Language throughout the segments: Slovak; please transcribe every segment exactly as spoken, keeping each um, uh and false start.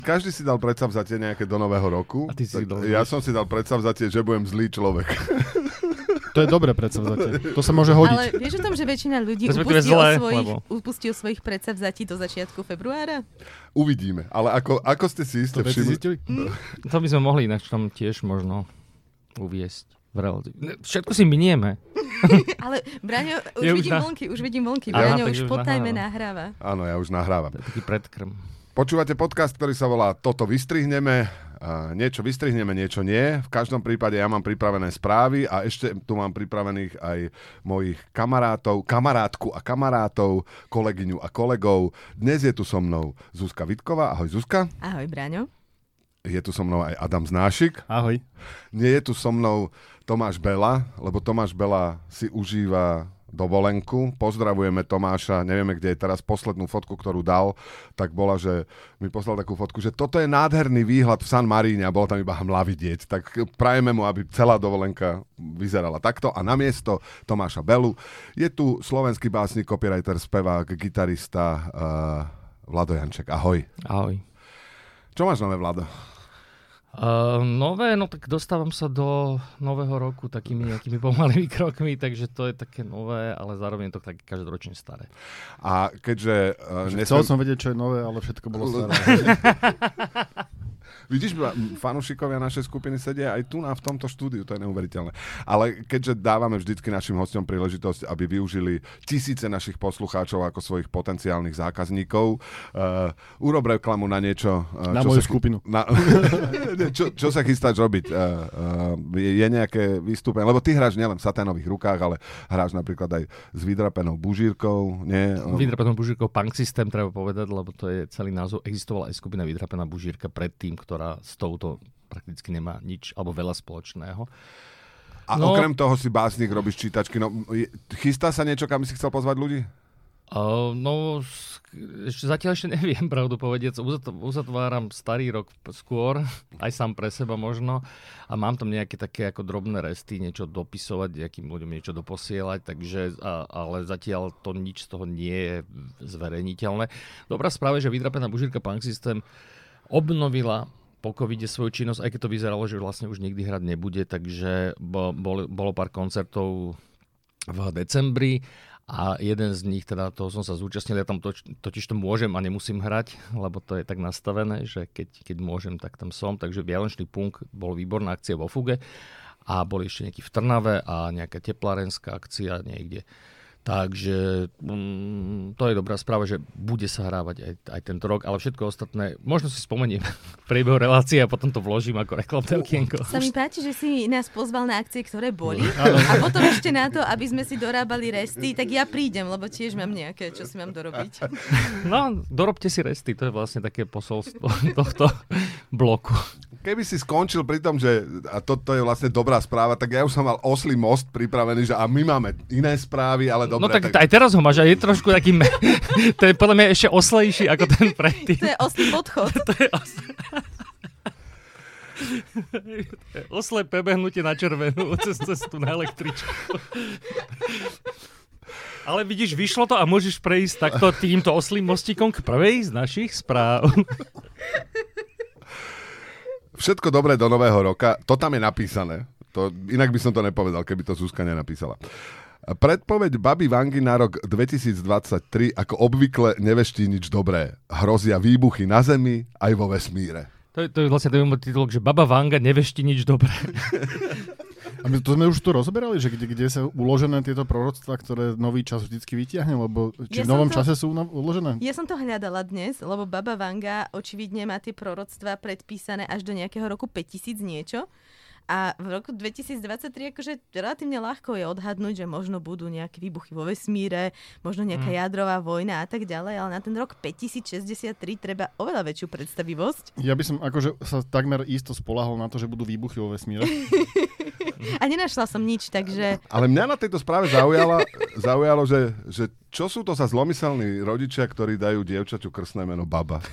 Každý si dal predsavzatie nejaké do nového roku. A ty si dal Ja som si dal predsavzatie, že budem zlý človek. To je dobré predsavzatie. To sa môže hodiť. Ale vieš o tom, že väčšina ľudí Respektíve upustí, zlé, o svojich, lebo... upustí o svojich predsavzatí do začiatku februára? Uvidíme. Ale ako, ako ste si iste všimli... To by sme mohli ináč tam tiež možno uviesť. Všetko si minieme. Ale Braňo, už Je vidím už na... vlnky, už vidím vlnky. Aha, Braňo, už už potajme nahráva. nahráva. Áno, ja už nahrávam. To je taký predkrm. Počúvate podcast, ktorý sa volá Toto vystrihneme. Uh, niečo vystrihneme, niečo nie. V každom prípade ja mám pripravené správy a ešte tu mám pripravených aj mojich kamarátov, kamarátku a kamarátov, kolegyňu a kolegov. Dnes je tu so mnou Zuzka Vitková. Ahoj Zuzka. Ahoj Braňo. Je tu so mnou aj Adam Znášik. Ahoj. Nie je tu so mnou Tomáš Bela, lebo Tomáš Bela si užíva dovolenku. Pozdravujeme Tomáša, nevieme, kde je teraz. Poslednú fotku, ktorú dal, tak bola, že mi poslal takú fotku, že toto je nádherný výhľad v San Maríne a bolo tam iba hmla vidieť. Tak prajeme mu, aby celá dovolenka vyzerala takto. A namiesto Tomáša Belu je tu slovenský básnik, copywriter, spevák, gitarista uh, Vlado Janček. Ahoj. Ahoj. Čo máš nové, Vlado? Uh, nové, no tak dostávam sa do nového roku takými nejakými pomalými krokmi, takže to je také nové, ale zároveň je to také každoročne staré. A keďže... Uh, nesmiem... Chcel som vedieť, čo je nové, ale všetko bolo staré. Vidíš, fanúšikovia našej skupiny sedia aj tu na v tomto štúdiu, to je neuveriteľné. Ale keďže dávame vždycky našim hosťom príležitosť, aby využili tisíce našich poslucháčov ako svojich potenciálnych zákazníkov, uh, urob reklamu na niečo... Uh, na čo moju sa, skupinu. Na, čo, čo sa chystáš robiť? Uh, uh, je nejaké vystúpenie? Lebo ty hráš nielen v saténových rukách, ale hráš napríklad aj s vydrapenou bužírkou. Nie? Vydrapenou bužírkou Punk System, treba povedať, lebo to je celý názov. Existovala aj skupina Vydrapená bužírka predtým, ktorá s touto prakticky nemá nič alebo veľa spoločného. A no, okrem toho si básnik, robíš čítačky. No, chystá sa niečo, kam si chcel pozvať ľudí? Uh, no, ešte zatiaľ ešte neviem, pravdu povediac. Uzatváram starý rok skôr, aj sám pre seba možno. A mám tam nejaké také ako drobné resty, niečo dopisovať, nejakým ľuďom niečo doposielať, takže, a, ale zatiaľ to nič z toho nie je zverejniteľné. Dobrá správa je, že Vydrapená bužírka Punk System obnovila po covide svoju činnosť, aj keď to vyzeralo, že vlastne už nikdy hrať nebude, takže bol, bolo pár koncertov v decembri a jeden z nich, teda toho som sa zúčastnil, ja tam toč, totiž to môžem a nemusím hrať, lebo to je tak nastavené, že keď, keď môžem, tak tam som, takže Vianočný punk bol výborná akcia vo Fuge a boli ešte nejaký v Trnave a nejaká teplárenská akcia niekde. Takže mm, to je dobrá správa, že bude sa hrávať aj, aj tento rok, ale všetko ostatné, možno si spomeniem v priebehu relácie a potom to vložím ako reklamné okienko. Sa mi páči, že si nás pozval na akcie, ktoré boli a potom ešte na to, aby sme si dorábali resty, tak ja prídem, lebo tiež mám nejaké, čo si mám dorobiť. No, dorobte si resty, to je vlastne také posolstvo tohto bloku. Keby si skončil pri tom, že a toto je vlastne dobrá správa, tak ja už som mal oslý most pripravený, že a my máme iné správy, ale dobre. No tak, tak aj teraz ho máš a je trošku taký, me... to je podľa mňa ešte oslejší ako ten predtým. To je oslý podchod. To je oslý... Oslé prebehnutie na červenú cez cestu na električku. Ale vidíš, vyšlo to a môžeš prejsť takto týmto oslým mostíkom k prvej z našich správ. Všetko dobré do nového roka, to tam je napísané. To, inak by som to nepovedal, keby to Zuzka nenapísala. Predpoveď Baby Vangy na rok dvetisícdvadsaťtri ako obvykle neveští nič dobré. Hrozia výbuchy na Zemi aj vo vesmíre. To je, to je vlastne ten titulok, že Baba Vanga neveští nič dobré. A my to sme už tu rozoberali, že kde, kde sa uložené tieto proroctvá, ktoré nový čas vždycky vytiahne, lebo či ja v novom to, čase sú uložené? Ja som to hľadala dnes, lebo Baba Vanga očividne má tie proroctvá predpísané až do nejakého roku päťtisíc niečo. A v roku dvetisícdvadsaťtri akože relatívne ľahko je odhadnúť, že možno budú nejaké výbuchy vo vesmíre, možno nejaká mm. jadrová vojna a tak ďalej, ale na ten rok päťtisícšesťdesiattri treba oveľa väčšiu predstavivosť. Ja by som akože sa takmer isto spolahol na to, že budú výbuchy vo vesmíre. A nenašla som nič, takže... Ale mňa na tejto správe zaujala, zaujalo, že, že čo sú to za zlomyselní rodičia, ktorí dajú dievčaťu krstné meno Baba?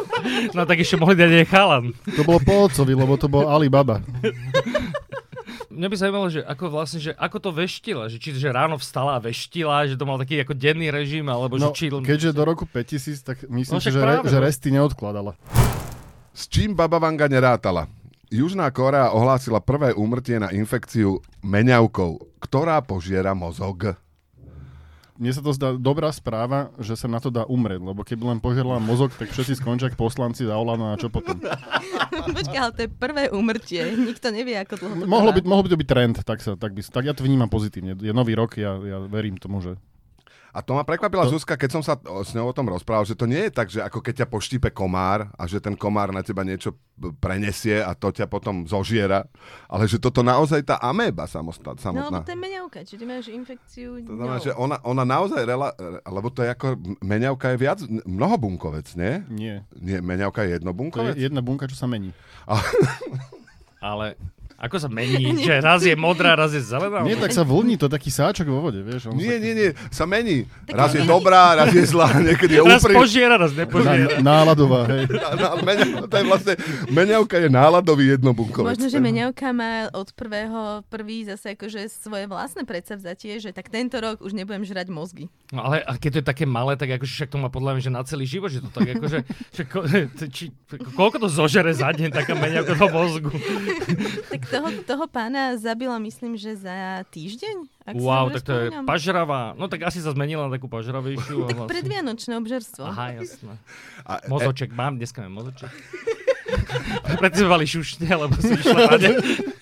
No tak ešte mohli dať aj chalan. To bolo po otcovi, lebo to bol Ali Baba. mňa by zaujímalo, že ako vlastne, že ako to veštila, že či že ráno vstala a veštila, že to mal taký ako denný režim, alebo no, že či... keďže do roku päťtisíc, tak myslím no, si, že, práve, že resty neodkladala. S čím Baba Vanga nerátala? Južná Kórea ohlásila prvé úmrtie na infekciu meňavkou, ktorá požiera mozog. Mne sa to zdá dobrá správa, že sa na to dá umrieť, lebo keby len požiarala mozog, tak všetci skončia ako poslanci za Olano a čo potom. Počkaj, ale to je prvé úmrtie. Nikto nevie, ako dlho to Mohlo by, mohlo by to byť trend, tak, sa, tak, by, tak ja to vnímam pozitívne. Je nový rok, ja, ja verím tomu, že... A to ma prekvapila to... Zuzka, keď som sa s ňou o tom rozprával, že to nie je tak, že ako keď ťa poštípe komár a že ten komár na teba niečo prenesie a to ťa potom zožiera, ale že toto naozaj tá améba samotná. No, lebo to je meňavka, čiže ty máš infekciu... To znamená, no. že ona, ona naozaj, rela, lebo to je ako, meňavka je viac, mnohobunkovec, nie? Nie. Nie, meňavka je jednobunkovec? To je jedna bunka, čo sa mení. A... Ale... Ako sa mení? Že raz je modrá, raz je zelená? Nie, tak sa vlní, to taký sáčok vo vode, vieš. Nie, sa... nie, nie, sa mení. Raz je dobrá, raz je zlá, niekedy je raz úprim. Raz požiera, raz nepožiera. Na, náladová, hej. Na, na, meňa, to je vlastne, meňavka je náladový jednobunkovec. Možno, že meňavka má od prvého prvý zase akože svoje vlastné predsavzatie, že tak tento rok už nebudem žrať mozgy. No ale a keď to je také malé, tak akože však to má podľa mňa, že na celý život, že to tak akože, že ko, či, koľko to zožere za deň, taká meňavka do mozgu? Tak toho, toho pána zabila, myslím, že za týždeň. Ak wow, tak to je pažravá. No tak asi sa zmenila na takú pažravejšiu. Tak predvianočné obžerstvo. Aha, jasné. A, mozoček, e... mám, dneska mám mozoček. Preto sme mali šušne, lebo si išla na ne.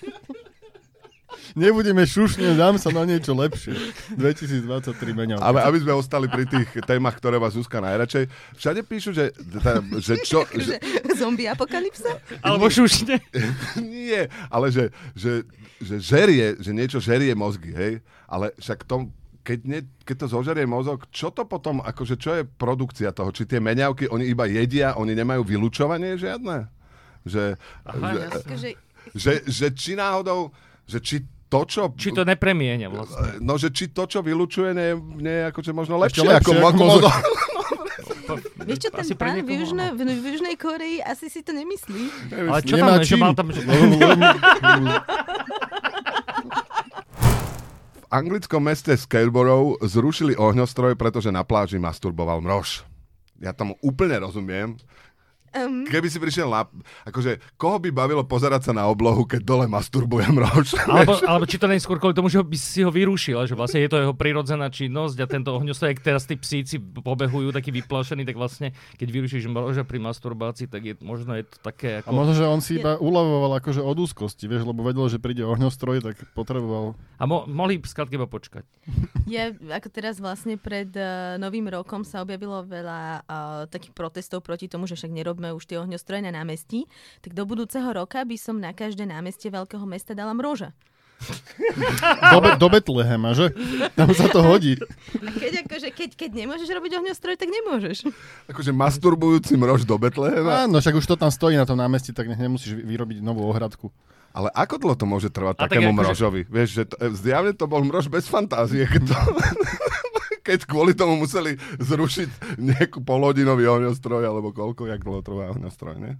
Nebudeme šušne, dám sa na niečo lepšie. dvetisícdvadsaťtri meňavka. Ale aby sme ostali pri tých témach, ktoré vás Zuzka najradšej. Všade píšu, že, tá, že čo... že... Zombie apokalypsa? Alebo šušne? Nie, ale že, že, že žerie, že niečo žerie mozgy, hej? Ale však tom, keď, ne, keď to zožerie mozog, čo to potom, akože čo je produkcia toho? Či tie meňavky, oni iba jedia, oni nemajú vylučovanie žiadne? Že, Aha, že, že, že, že či náhodou, že či to, čo... Či to nepremienia vlastne. No, že či to, čo vylučuje, nie, nie je akože možno lepšie, lepšie ako, ako ako mozog. Vieš čo, ten pán v, Južne, v, v Južnej Koreji asi si to nemyslí. Ale čo Nemá tam, že mal tam... Že... V anglickom meste Scarborough zrušili ohňostroj, pretože na pláži masturboval mrož. Ja tomu úplne rozumiem. Um. Keby si prišiel na... Akože, koho by bavilo pozerať sa na oblohu, keď dole masturbuje mrož? Alebo, alebo či to nie je skôr kvôli tomu, že by si ho vyrušil, že vlastne je to jeho prirodzená činnosť a tento ohňostroj, ak teraz tí psíci pobehujú takí vyplašení, tak vlastne, keď vyrušíš mroža pri masturbácii, tak je, možno je to také ako... A možno, že on si iba uľavoval akože od úzkosti, vieš, lebo vedel, že príde ohňostroj, tak potreboval... A mo- mohli skratky iba počkať. Ja, ako teraz vlastne pred uh, novým rokom sa objavilo veľa uh, takých protestov proti tomu, že však nerobíme už tie ohňostroje na námestí, tak do budúceho roka by som na každé námestie veľkého mesta dala mroža. Do, Be- do Betlehema, že? Tam sa to hodí. A keď, akože, keď, keď nemôžeš robiť ohňostroj, tak nemôžeš. Akože masturbujúci mrož do Betlehema? Áno, však už to tam stojí na tom námestí, tak nemusíš vyrobiť novú ohradku. Ale ako dlho to môže trvať A takému tak mrožovi? Že... Vieš, že to, zjavne to bol mrož bez fantázie, keď to... keď kvôli tomu museli zrušiť nejakú polhodinový ohňostroj, alebo koľko, jak dlho trvá ohňostroj, ne?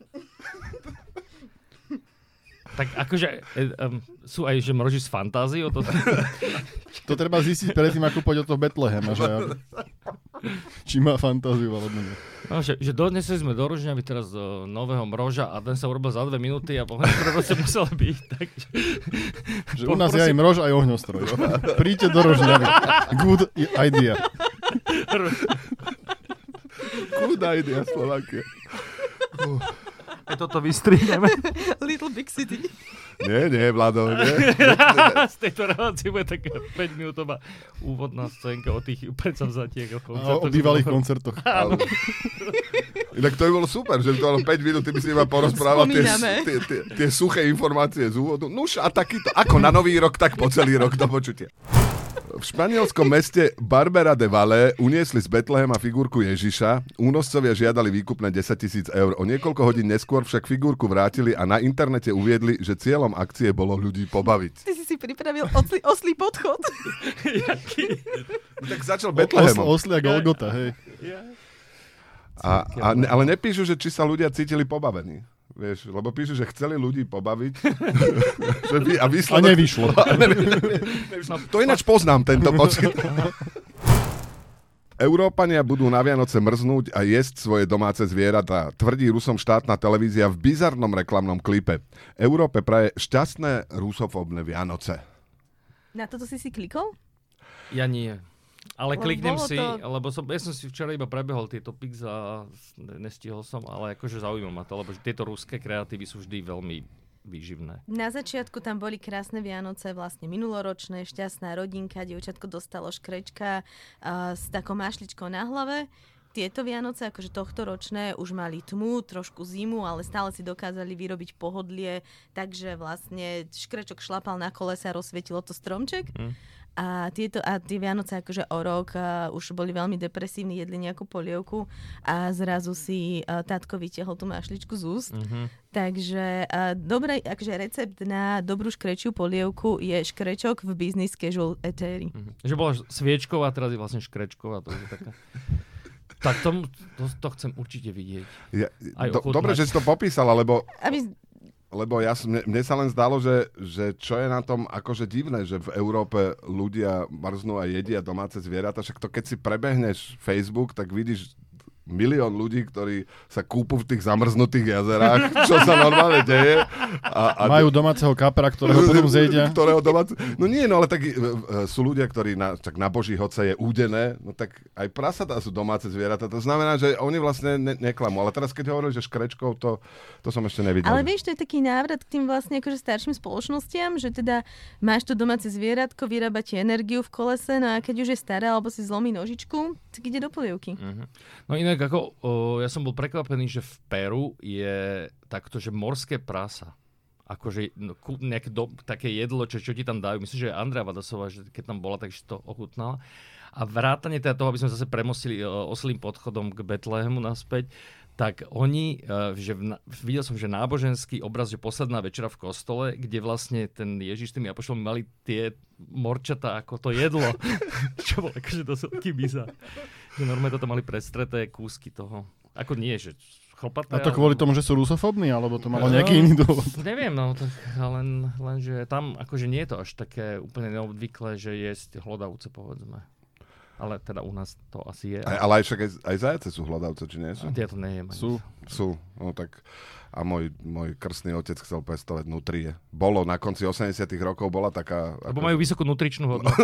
Tak akože um, sú aj, že mroží s fantáziou? To... to treba zistiť predtým, ako poď od toho Betlehema, že či má fantáziu, alebo nie. No, že, že donesli sme do Rožňavy teraz uh, nového mroža a ten sa urobil za dve minúty a pohľad, ktoré proste musel byť. Tak, že u nás je aj mrož, aj ohňostroj. Jo? Príďte do Rožňavy. Good idea. Good idea, Slovakia. Uh. Toto vystrihneme. Little Big City. Nie, nie, Vlado, nie. Z tejto relácie bude taká päťminútová úvodná scénka o tých predsavzatiach. A o bývalých koncertoch. Inak to by bolo super, že by to bolo päť minút, ty by si iba porozprával tie, tie, tie, tie suché informácie z úvodu. Nuž a takýto, ako na nový rok, tak po celý rok, do počutia. V španielskom meste Barbera de Valle uniesli z Betlehema figurku Ježiša. Únoscovia žiadali výkupné desaťtisíc eur. O niekoľko hodín neskôr však figurku vrátili a na internete uviedli, že cieľom akcie bolo ľudí pobaviť. Ty si si pripravil osli, oslý podchod. Tak začal Betlehemom. Os, oslia Golgota, hej. A, a, ale nepíšu, že či sa ľudia cítili pobavení. vieš, lebo píšu, že chceli ľudí pobaviť. že by, a, výsledok... a nevyšlo. To ináč poznám, tento pocit. Európania budú na Vianoce mrznúť a jesť svoje domáce zvieratá, tvrdí Rusom štátna televízia v bizarnom reklamnom klipe. Európe praje šťastné rusofóbne Vianoce. Na toto si si klikol? Ja nie. Ale Lebo kliknem si, to... lebo som, ja som si včera iba prebehol tieto pix a nestihol som, ale akože zaujíma ma to, lebo tieto ruské kreatívy sú vždy veľmi výživné. Na začiatku tam boli krásne Vianoce, vlastne minuloročné, šťastná rodinka, dievčatko dostalo škrečka uh, s takou mášličkou na hlave. Tieto Vianoce, akože tohto ročné, už mali tmu, trošku zimu, ale stále si dokázali vyrobiť pohodlie, takže vlastne škrečok šlapal na kolese a rozsvietilo to stromček. Mm. A, tieto, a tie Vianoce akože o rok a už boli veľmi depresívni, jedli nejakú polievku a zrazu si a, tátko vytiahol tú mašličku z úst. Mm-hmm. Takže a, dobré, akože recept na dobrú škrečiu polievku je škrečok v business casual etéri. Mm-hmm. Že bola sviečková a teraz je vlastne škrečková. To je taká... Tak to, to, to chcem určite vidieť. Ja, do, dobre, že si to popísala, lebo... Aby... Lebo ja, mne, mne sa len zdalo, že, že čo je na tom akože divné, že v Európe ľudia mrznú a jedia domáce zvieratá, však to keď si prebehneš Facebook, tak vidíš milión ľudí, ktorí sa kúpu v tých zamrznutých jazerách, čo sa normálne deje. A, a majú domáceho kapra, ktorého potom zjedia. Ktorého domáce... No nie, no ale tak uh, sú ľudia, ktorí na, tak na Boží hoce je údené, no tak aj prasatá sú domáce zvieratá. To znamená, že oni vlastne ne, neklamú. Ale teraz, keď hovorili, že škrečkov, to, to som ešte nevidel. Ale vieš, to je taký návrat k tým vlastne akože starším spoločnostiam, že teda máš to domáce zvieratko, vyrába ti energiu v kolese, no a keď už je staré alebo si zlomí nožičku, tak ide do polievky. Uh-huh. No inak ako, o, ja som bol prekvapený, že v Peru je takto, že morské prasa. Akože no, nejaké do, také jedlo, čo, čo ti tam dajú. Myslím, že Andrea Vadasová, že keď tam bola, takže to ochutnala. A vrátane teda toho, aby sme zase premostili o, oslým podchodom k Betlehemu naspäť, tak oni, uh, že v, videl som, že náboženský obraz, že posledná večera v kostole, kde vlastne ten Ježiš s tými apoštolmi mali tie morčatá ako to jedlo. Čo bol akože dosť veľký bizár. Že normálne toto mali prestreté kúsky toho. Ako nie, že chlpaté. A to kvôli tomu, že sú rusofóbni, alebo to malo no, nejaký iný dôvod? Neviem, no, tak len, len, že tam akože nie je to až také úplne neobvyklé, že jesť hlodavce, povedzme. Ale teda u nás to asi je. Aj, ale aj však aj, aj zajace sú hľadavce, či nie sú? A ja to nejem. Sú, sú. No tak a môj, môj krstný otec chcel pestovať nutrie. Bolo na konci osemdesiatych rokov, bola taká... Lebo ako... majú vysokú nutričnú hodnotu.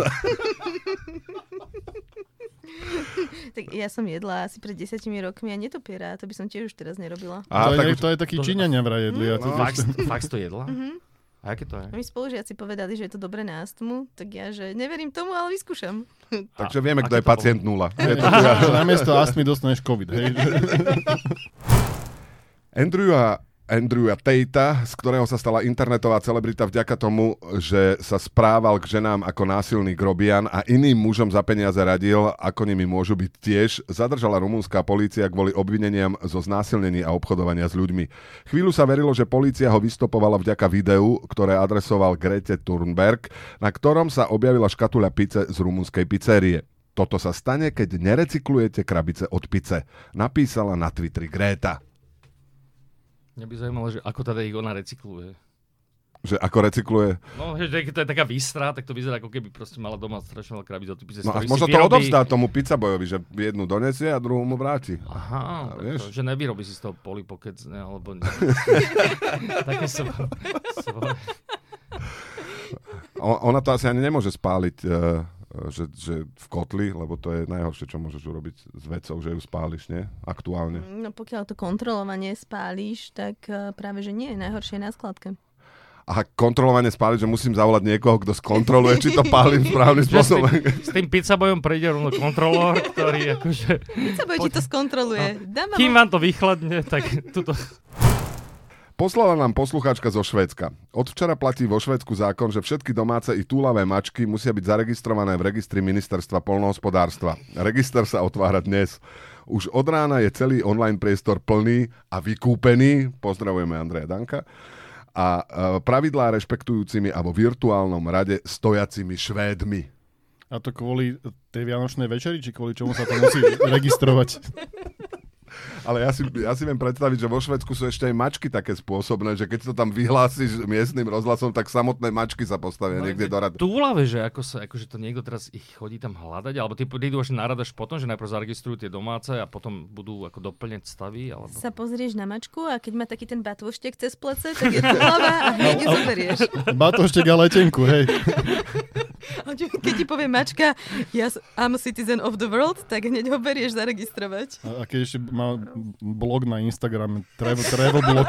Tak ja som jedla asi pred desiatimi rokmi a netopiera, to by som tiež už teraz nerobila. A, to, tak... je, to je taký to... Číňania vraj jedli. Mm. No. Fakt, fakt to jedla? Mm-hmm. A aké to je? A mi spolužiaci povedali, že je to dobré na astmu, tak ja, že neverím tomu, ale vyskúšam. Takže vieme, kto je pacient nula. Namiesto astmy dostaneš COVID. Hej. Andrewa, Andrewa Tatea, z ktorého sa stala internetová celebrita vďaka tomu, že sa správal k ženám ako násilný grobian a iným mužom za peniaze radil, ako nimi môžu byť tiež, zadržala rumunská polícia kvôli obvineniam zo znásilnení a obchodovania s ľuďmi. Chvíľu sa verilo, že polícia ho vystopovala vďaka videu, ktoré adresoval Grete Thunberg, na ktorom sa objavila škatuľa pice z rumunskej pizzerie. Toto sa stane, keď nerecyklujete krabice od pice, napísala na Twitteri Greta. Mňa by zaujímalo, že ako teda ich ona recykluje. Že ako recykluje? No, že to je taká výstra, tak to vyzerá, ako keby proste mala doma strašne veľa krabic od pice. No a možno to vyrobí... odovzdá tomu pizzabojovi, že jednu donesie a druhú mu vráti. Aha, to, že nevyrobí si z toho polipokec, ne, alebo... Také sú... Ona to asi ani nemôže spáliť... Uh... Že, že v kotli, lebo to je najhoršie, čo môžeš urobiť s vecou, že ju spáliš, nie? Aktuálne. No pokiaľ to kontrolovanie spáliš, tak práve, že nie je najhoršie na skladke. A kontrolovanie spáliš, že musím zavolať niekoho, kto skontroluje, či to pálim správnym spôsobom. S tým, s tým pizzabojom príde rovno kontrolór, ktorý akože... Pizzaboj ti to skontroluje. No, kým vám to vychladne, tak tuto... Poslala nám poslucháčka zo Švédska. Od včera platí vo Švédsku zákon, že všetky domáce i túlavé mačky musia byť zaregistrované v registri ministerstva poľnohospodárstva. Register sa otvára dnes. Už od rána je celý online priestor plný a vykúpený. Pozdravujeme Andreja Danka. A pravidlá rešpektujúcimi a vo virtuálnom rade stojacimi Švédmi. A to kvôli tej vianočnej večeri, či kvôli čomu sa to musí registrovať? Ale ja si, ja si viem predstaviť, že vo Švédsku sú ešte aj mačky také spôsobné, že keď to tam vyhlásiš miestnym rozhlasom, tak samotné mačky sa postavia no, niekde do rady. Túlave, že ako sa, akože to niekto teraz ich chodí tam hľadať, alebo ty prídu až naradaš potom, že najprv zaregistrujú tie domáce a potom budú ako doplňať stavy, alebo... Sa pozrieš na mačku a keď má taký ten batôštek cez plece, tak je túlava a hneď ju zoberieš. Batôštek a letenku, hej. Keď ti povie mačka, yes, I'm a citizen of the world, tak hneď ho berieš zaregistrovať. A, a keď ešte má blog na Instagrame, travel, travel blog.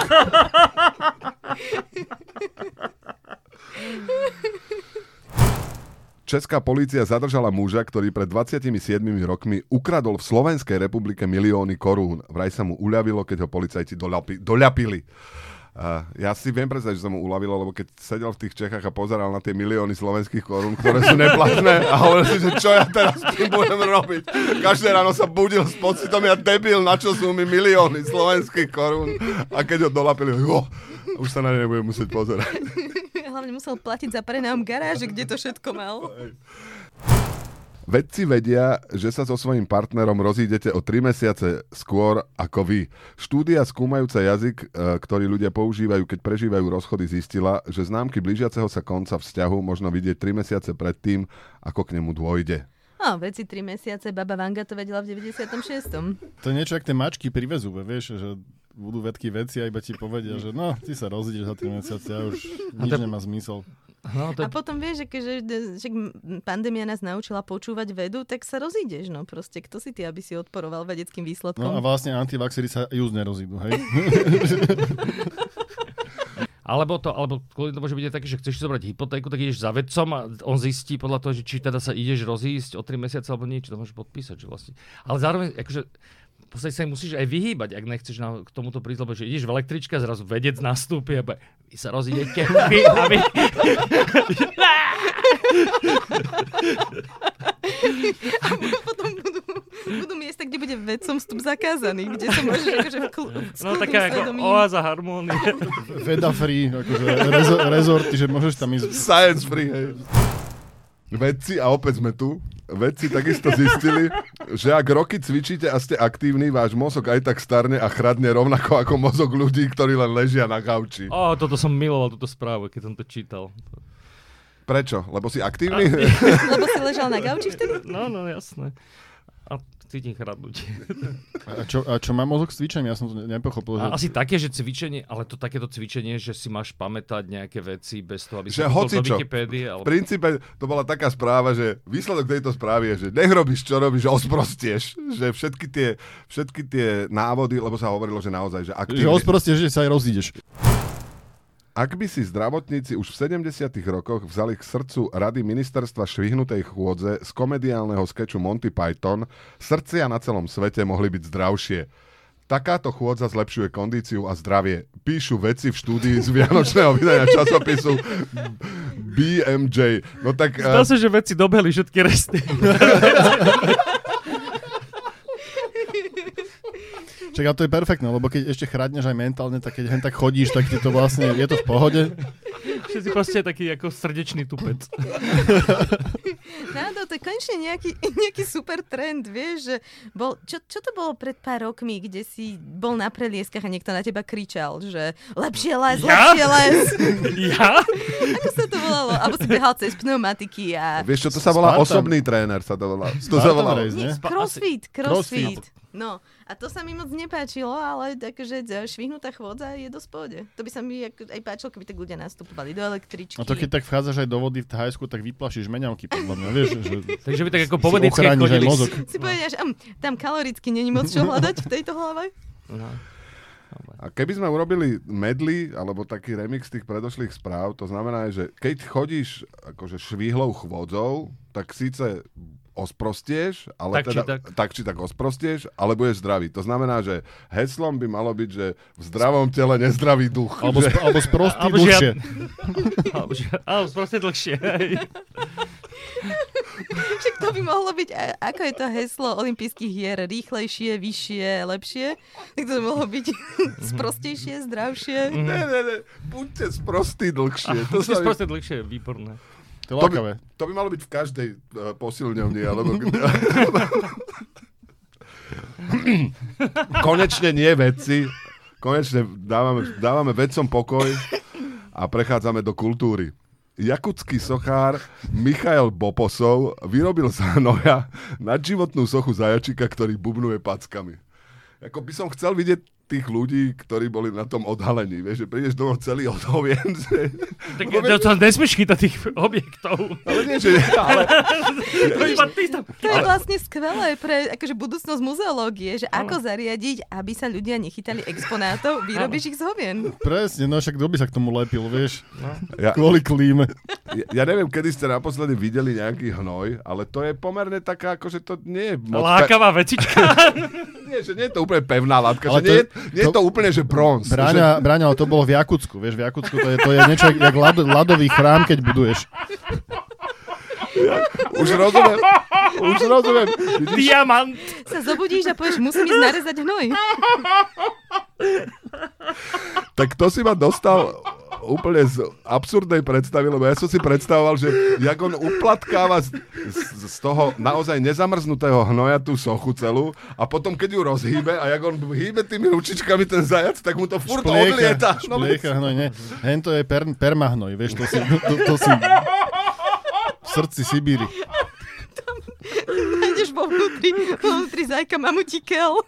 Česká polícia zadržala muža, ktorý pred dvadsiatimi siedmimi rokmi ukradol v Slovenskej republike milióny korún. Vraj sa mu uľavilo, keď ho policajti doľapi, doľapili. Uh, ja si viem predstaviť, že sa mu uľavilo, lebo keď sedel v tých Čechách a pozeral na tie milióny slovenských korún, ktoré sú neplatné a hovoril si, že čo ja teraz s tým budem robiť. Každé ráno sa budil s pocitom, ja debil, na čo sú mi milióny slovenských korún. A keď ho doľapili, oh, už sa na ne nebudem musieť pozerať. Hlavne musel platiť za prenajom garáže, kde to všetko mal. Vedci vedia, že sa so svojím partnerom rozídete o tri mesiace skôr ako vy. Štúdia skúmajúca jazyk, ktorý ľudia používajú, keď prežívajú rozchody, zistila, že známky blížiaceho sa konca vzťahu možno vidieť tri mesiace predtým, ako k nemu dôjde. No, veci tri mesiace, baba Vanga to vedela v deväťdesiatom šiestom To je niečo, ak tie mačky privezú, vieš, že budú vedky veci a iba ti povedia, že no, ty sa rozídeš za tri mesiace a už nič to... nemá zmysel. No, to... A potom vieš, že keďže že pandémia nás naučila počúvať vedu, tak sa rozídeš, no proste. Kto si ty, aby si odporoval vedeckým výsledkom? No a vlastne antivaxeri sa just nerozídu, hej? Alebo to, alebo kvôli to môže byť aj také, že chceš si zobrať hypotéku, tak ideš za vedcom a on zistí podľa toho, že či teda sa ideš rozísť o tri mesiace alebo nie, či to môžeš podpísať, že vlastne. Ale zároveň, akože v podstate sa im musíš aj vyhýbať, ak nechceš na, k tomuto prísť, lebo že ideš v električke a zrazu vedec nastúpi a be, vy sa rozídete, vy a vy. A potom budú, budú miesta, kde bude vedcom vstup zakázaný, kde sa môžeš akože v kl- No taká ako oáza harmónie. Veda free, akože rezo- rezorty, že môžeš tam ísť. Science free, hej. Vedci, a opäť sme tu, vedci takisto zistili, že ak roky cvičíte a ste aktívni, váš mozog aj tak starne a chradne rovnako ako mozog ľudí, ktorí len ležia na gauči. Ó, toto som miloval, túto správu, keď som to čítal. Prečo? Lebo si aktívny? Lebo si ležal na gauči vtedy? No, no, jasné. A cítim chradnúť. A čo, a čo má mozog s cvičením? Ja som to nepochopil. Že... Asi také, že cvičenie, ale to takéto cvičenie, že si máš pamätať nejaké veci bez toho, aby že si hocičo. do Wikipédie. Ale... V princípe to bola taká správa, že výsledok tejto správy je, že nech robíš, čo robíš, osprostieš. Že všetky tie, všetky tie návody, lebo sa hovorilo, že naozaj, že aktívne... Že osprostieš, že sa aj rozídeš. Ak by si zdravotníci už v sedemdesiatych rokoch vzali k srdcu rady ministerstva švihnutej chôdze z komediálneho skeču Monty Python, srdcia na celom svete mohli byť zdravšie. Takáto chôdza zlepšuje kondíciu a zdravie. Píšu vedci v štúdii z vianočného vydania časopisu bé em jé. No tak... Zdá sa, že vedci dobehli všetky resty. Čak, ale to je perfektné, lebo keď ešte chradneš aj mentálne, tak keď hen tak chodíš, tak ti to vlastne, je to v pohode. Všetci proste taký ako srdečný tupec. No, to je konečne nejaký, nejaký super trend, vieš, že bol, čo, čo to bolo pred pár rokmi, kde si bol na prelieskach a niekto na teba kričal, že lepšie les, ja? lepšie les. Ja? Ako sa to volalo? Alebo si behal cez pneumatiky a... Vieš čo, to sa volá osobný tréner, sa to volá. To sa volá. Nie, crossfit, crossfit. No, a to sa mi moc nepáčilo, ale takže švihnutá chôdza je dosť pohode. To by sa mi aj páčilo, keby tak ľudia nastupovali do električky. A to keď tak vchádzaš aj do vody v Thajsku, tak vyplašíš meňavky, podľa mňa, vieš. Že takže by tak ako povedecké chodili. Si povedia, že um, tam kaloricky není moc čo hľadať v tejto hlave. No. A keby sme urobili medley, alebo taký remix tých predošlých správ, to znamená, že keď chodíš akože švihlou chôdzou, tak síce osprostieš, ale tak, teda, či tak. tak či tak osprostieš, ale budeš zdravý. To znamená, že heslom by malo byť, že v zdravom tele nezdravý duch. Alebo, že... sp- alebo sprostý alebo dlhšie. Alebo, alebo sprostý dlhšie. Však to by mohlo byť, ako je to heslo olympijských hier, rýchlejšie, vyššie, lepšie. Tak to by mohlo byť sprostejšie, zdravšie. Mm-hmm. Ne, ne, ne, buďte sprostý dlhšie. To sa sprostý dlhšie, výborné. To, to, by, to by malo byť v každej uh, posilňovni, alebo... konečne nie vedci, konečne dávame, dávame vedcom pokoj a prechádzame do kultúry. Jakutský sochár Michail Boposov vyrobil z hnoja nadživotnú sochu zajačika, ktorý bubnuje packami. Ako by som chcel vidieť tých ľudí, ktorí boli na tom odhalení. Vieš, že prídeš domov celý odhovien. Že... Tak to, to nesmieš chytať tých objektov. Ale nie, že... Ale... to, je, to je vlastne skvelé pre akože budúcnosť muzeológie, že ako zariadiť, aby sa ľudia nechytali exponátov, vyrobíš ich z hovien. Presne, no však kto by sa k tomu lepil, vieš? No. Ja, kvôli klíme. Ja, ja neviem, kedy ste naposledy videli nejaký hnoj, ale to je pomerne taká, akože to nie je... Moc lákavá pe... vecička. Nie, že nie je to úplne pevná látka, že nie, to, nie je to úplne, že bronz. Bráňa, že... Bráňa, ale to bolo v Jakutsku, vieš, v Jakutsku to je, to je niečo jak ľad, ľadový chrám, keď buduješ. Ja, už rozumiem, už rozumiem. Vidíš? Diamant. Sa zobudíš a povieš, musím ísť narezať hnoj. Tak to si ma dostal úplne z absurdnej predstavy, lebo ja som si predstavoval, že jak on uplatkáva z, z, z toho naozaj nezamrznutého hnoja tú sochu celú a potom, keď ju rozhýbe a jak on hýbe tými ručičkami ten zajac, tak mu to furt šplieka, odlieta. Šplieka hnoj, nie. Hen to je per, permahnoj, vieš, to si, to, to si v srdci Sibíry. Tam nájdeš vo vnútri, vo vnútri zajka mamutikel.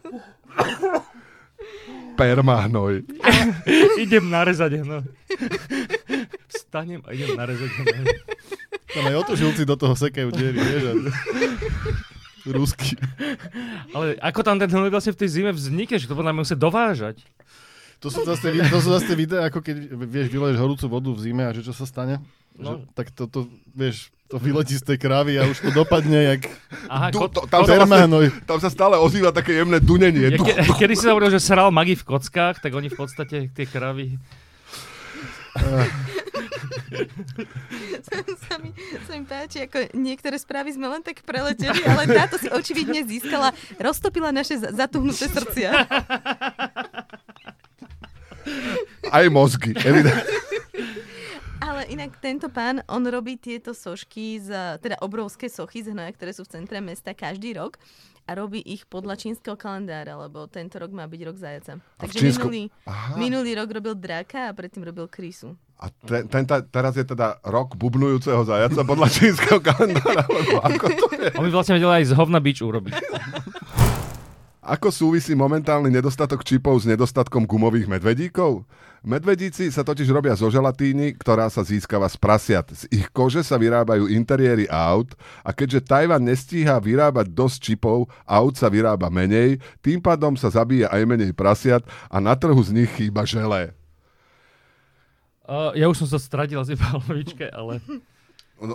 Permahnoj. Idem narezať hnoj. Vstanem a idem narezať hnoj. Tam aj otožilci do toho sekajú diery, vieš. Rusky. Ale ako tam ten hnoj vlastne v tej zime vznikne, že to podľa mňa musí dovážať. To sú zase, to sú zase videá, ako keď, vieš, vyleješ horúcu vodu v zime a že čo sa stane? No. Že, tak to, to, vieš, to vyletí z tej krávy a už to dopadne jak... Aha, du, to, tam, sa vlastne, tam sa stále ozýva také jemné dunenie. Ja, ke, kedy si hovoril, že sral magi v kockách, tak oni v podstate tie krávy... sa, mi, sa mi páči, ako niektoré správy sme len tak preleteli, ale táto si očividne získala, roztopila naše zatuhnuté srdcia. Aj mozgy, evidentne. Ale inak tento pán, on robí tieto sošky, z, teda obrovské sochy z hnoja, ktoré sú v centre mesta každý rok a robí ich podľa čínskeho kalendára, lebo tento rok má byť rok zajaca. Takže čínsku... minulý, minulý rok robil dráka a predtým robil krysu. A ten, ten ta, teraz je teda rok bubnujúceho zajaca podľa čínskeho kalendára, lebo ako to je? On by vlastne vedel aj z hovna bič urobiť. Ako súvisí momentálny nedostatok čipov s nedostatkom gumových medvedíkov? Medvedíci sa totiž robia zo želatíny, ktorá sa získava z prasiat. Z ich kože sa vyrábajú interiéry aut a keďže Tajvan nestíha vyrábať dosť čipov, aut sa vyrába menej, tým pádom sa zabíja aj menej prasiat a na trhu z nich chýba želé. Uh, ja už som sa stratil asi v palovičke, ale... No,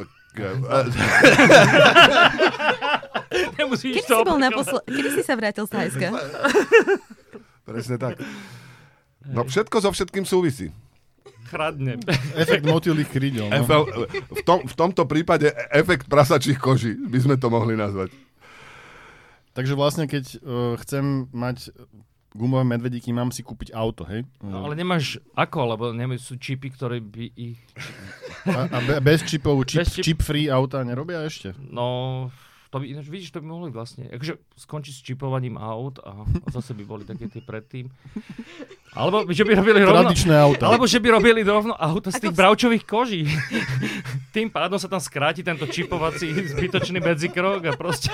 Kedy si bol naposl- Kedy si sa vrátil z Thajska? Presne tak. No všetko so všetkým súvisí. Chradne. Efekt motýlych krídel. No. Efel, v, tom, v tomto prípade efekt prasačích koží by sme to mohli nazvať. Takže vlastne keď uh, chcem mať gumové medvedíky, mám si kúpiť auto, hej? No, ale nemáš ako, lebo nemáš sú čipy, ktoré by ich... A, a be, bez čipov, čip, bez čip... chip-free auta nerobia ešte? No, to by, vidíš, to by mohli vlastne. Akože skončiť s čipovaním aut a, a zase by boli také tie predtým. Alebo že by robili rovno... Tradičné auta. Alebo že by robili rovno auta z tých bravčových koží. Tým pádom sa tam skráti tento čipovací zbytočný medzikrok a proste...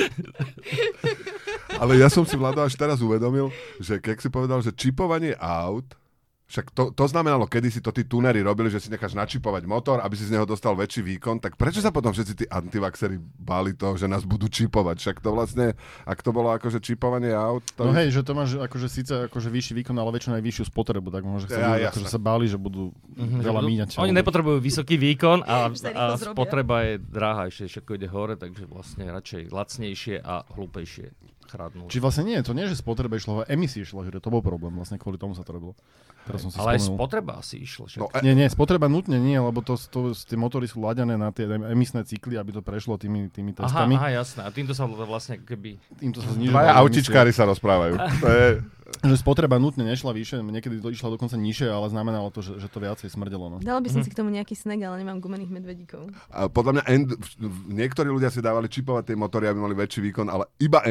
Ale ja som si, Vlado, až teraz uvedomil, že keď si povedal, že čipovanie aut, však to, to znamenalo, kedy si to tí tunery robili, že si necháš načipovať motor, aby si z neho dostal väčší výkon, tak prečo sa potom všetci tí antivaxery báli toho, že nás budú čipovať? Však to vlastne, ak to bolo akože čipovanie aut... To... No hej, že to máš akože síce akože vyšší výkon, ale väčšinou aj vyššiu spotrebu, tak možno chceli, ja, akože sa báli, že budú mm-hmm, veľa míňať. Oni nepotrebujú vysoký výkon a, a spotreba je drahá, ešte všetko ide hore, takže vlastne radšej lacnejšie a hlúpejšie. Chradnú. Či vlastne nie, to nie, že spotreba išlo, emisie išlo, že to bol problém, vlastne kvôli tomu sa to robilo. Teraz som si ale spomenul. aj spotreba asi išlo. No, e... Nie, nie, spotreba nutne nie, lebo to, to, tie motory sú laďané na tie emisné cykly, aby to prešlo tými, tými testami. Aha, aha, jasné. A týmto sa vlastne keby... Týmto sa znižovali. Dvaja autičkári sa rozprávajú. To je... Že spotreba nutne nešla vyššie, niekedy to išla dokonca nižšie, ale znamenalo to, že, že to viacej smrdelo. No. Dala by som mm-hmm. si k tomu nejaký snack, ale nemám gumených medvedíkov. A podľa mňa end, niektorí ľudia si dávali čipovať tie motory, aby mali väčší výkon, ale iba Andrew Tate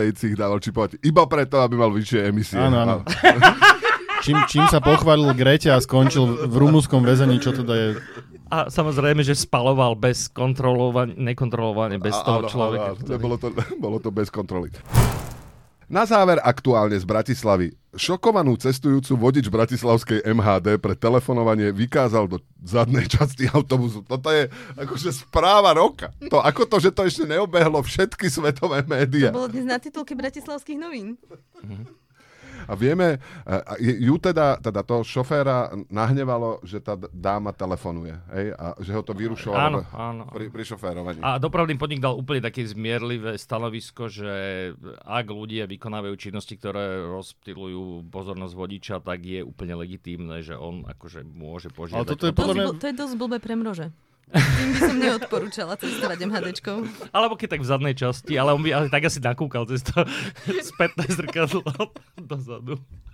States ich dával čipovať iba preto, aby mal vyššie emisie. Áno, áno. Čím, čím sa pochválil Grete a skončil v rumúnskom väzení, čo teda je... A samozrejme, že spaloval bez kontrolovania, nekontrolovania, bez toho áno, človeka. Áno, áno. Bolo, to, bolo to bez kontroly. Na záver aktuálne z Bratislavy. Šokovanú cestujúcu vodič bratislavskej em há dé pre telefonovanie vykázal do zadnej časti autobusu. Toto je akože správa roka. To, ako to, že to ešte neobehlo všetky svetové médiá. To bolo dnes na titulke bratislavských novín. Mhm. A vieme, ju teda, teda toho šoféra nahnevalo, že tá dáma telefonuje, hej? A že ho to vyrušovalo áno, áno. Pri, pri šoférovaní. A dopravný podnik dal úplne také zmierlivé stanovisko, že ak ľudia vykonávajú činnosti, ktoré rozptýľujú pozornosť vodiča, tak je úplne legitímne, že on akože môže požiadať. Ale toto je To, podľa mňa... to je dosť blbé pre mrože. Tým by som neodporúčala cestovať em há déčkou. Alebo keď tak v zadnej časti, ale on by ale tak asi nakúkal cez to spätné zrkadlo dozadu.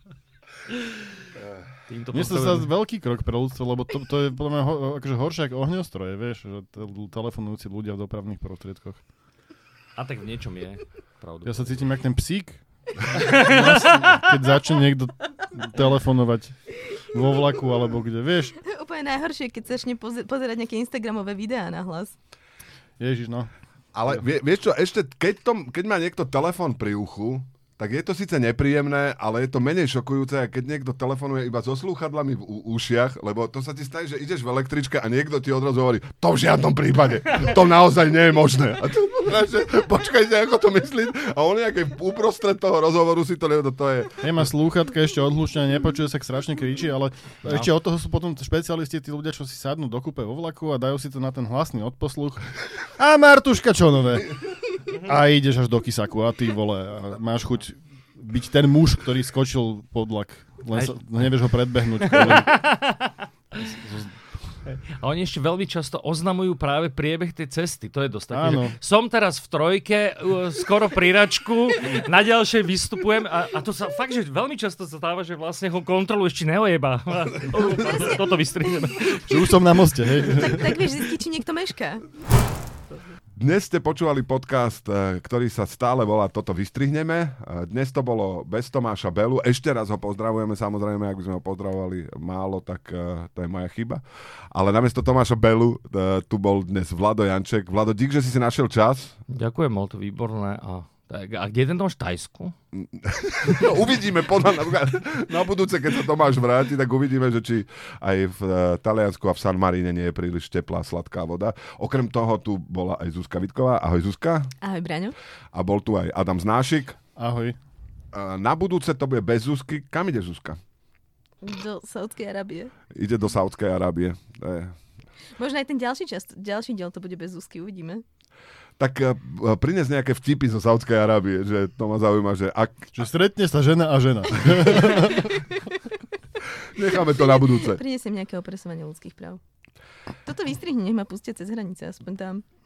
Mne sa zdá veľký krok pre ľudstvo, lebo to, to je podľa mňa ho, akože horšie ako ohňostroje, vieš, že telefonujúci ľudia v dopravných prostriedkoch. A tak v niečom je, pravdu. Ja sa cítim jak ten psík, keď začne niekto telefonovať vo vlaku, alebo kde, vieš. Úplne najhoršie, keď začne poze- pozerať nejaké Instagramové videá na hlas. Ježiš, no. Ale vie, vieš čo, ešte keď, to, keď má niekto telefón pri uchu, tak je to síce nepríjemné, ale je to menej šokujúce, keď niekto telefonuje iba so slúchadlami v u- ušiach, lebo to sa ti stane, že ideš v električke a niekto ti odrazu hovorí, to v žiadnom prípade, to naozaj nie je možné. A tu že, počkajte, ako to myslíš? A on nejaký uprostred toho rozhovoru si to nevie, to je... Nemá slúchatka, ešte odhlučnené, nepočuje sa, strašne kričí, ale no. Ešte od toho sú potom špecialisti, tí ľudia, čo si sadnú do kúpe vo vlaku a dajú si to na ten hlasný odposluch. A Martuška, čo nové? A ideš až do kysaku a ty vole, a máš chuť byť ten muž, ktorý skočil pod vlak. Len sa, nevieš ho predbehnúť. A oni ešte veľmi často oznamujú práve priebeh tej cesty. To je dosť také, Áno. že som teraz v trojke, skoro pri račku, na ďalšej vystupujem a, a to sa fakt, že veľmi často sa stáva, že vlastne ho kontroluje, či neojeba. Toto vystrihneme. Že už som na moste, hej. Tak, tak vieš zistiť, či niekto mešká. Dnes ste počúvali podcast, ktorý sa stále volá Toto vystrihneme. Dnes to bolo bez Tomáša Belu. Ešte raz ho pozdravujeme, samozrejme, ak by sme ho pozdravovali málo, tak to je moja chyba. Ale namiesto Tomáša Belu tu bol dnes Vlado Janček. Vlado, dík, že si si našiel čas. Ďakujem, bolo to výborné. A, a kde je ten Tomáš? Tajsku? No, uvidíme, podľa na, na budúce, keď sa Tomáš vráti, tak uvidíme, že či aj v uh, Taliansku a v San Maríne nie je príliš teplá, sladká voda. Okrem toho tu bola aj Zuzka Vitková. Ahoj, Zuzka. Ahoj, Braňo. A bol tu aj Adam Znášik. Ahoj. Uh, na budúce to bude bez Zuzky. Kam ide Zuzka? Do Saúdskej Arábie. Ide do Saúdskej Arábie. Je... Možno aj ten ďalší čas, ďalší diel to bude bez Zuzky, uvidíme. Tak uh, prines nejaké vtipy zo Saúdskej Arábie, že to ma zaujíma, že ak... Že stretne sa žena a žena. Necháme to na budúce. Prinesiem nejaké opresovanie ľudských práv. Toto vystrihni, nech ma pustia cez hranice, aspoň tam.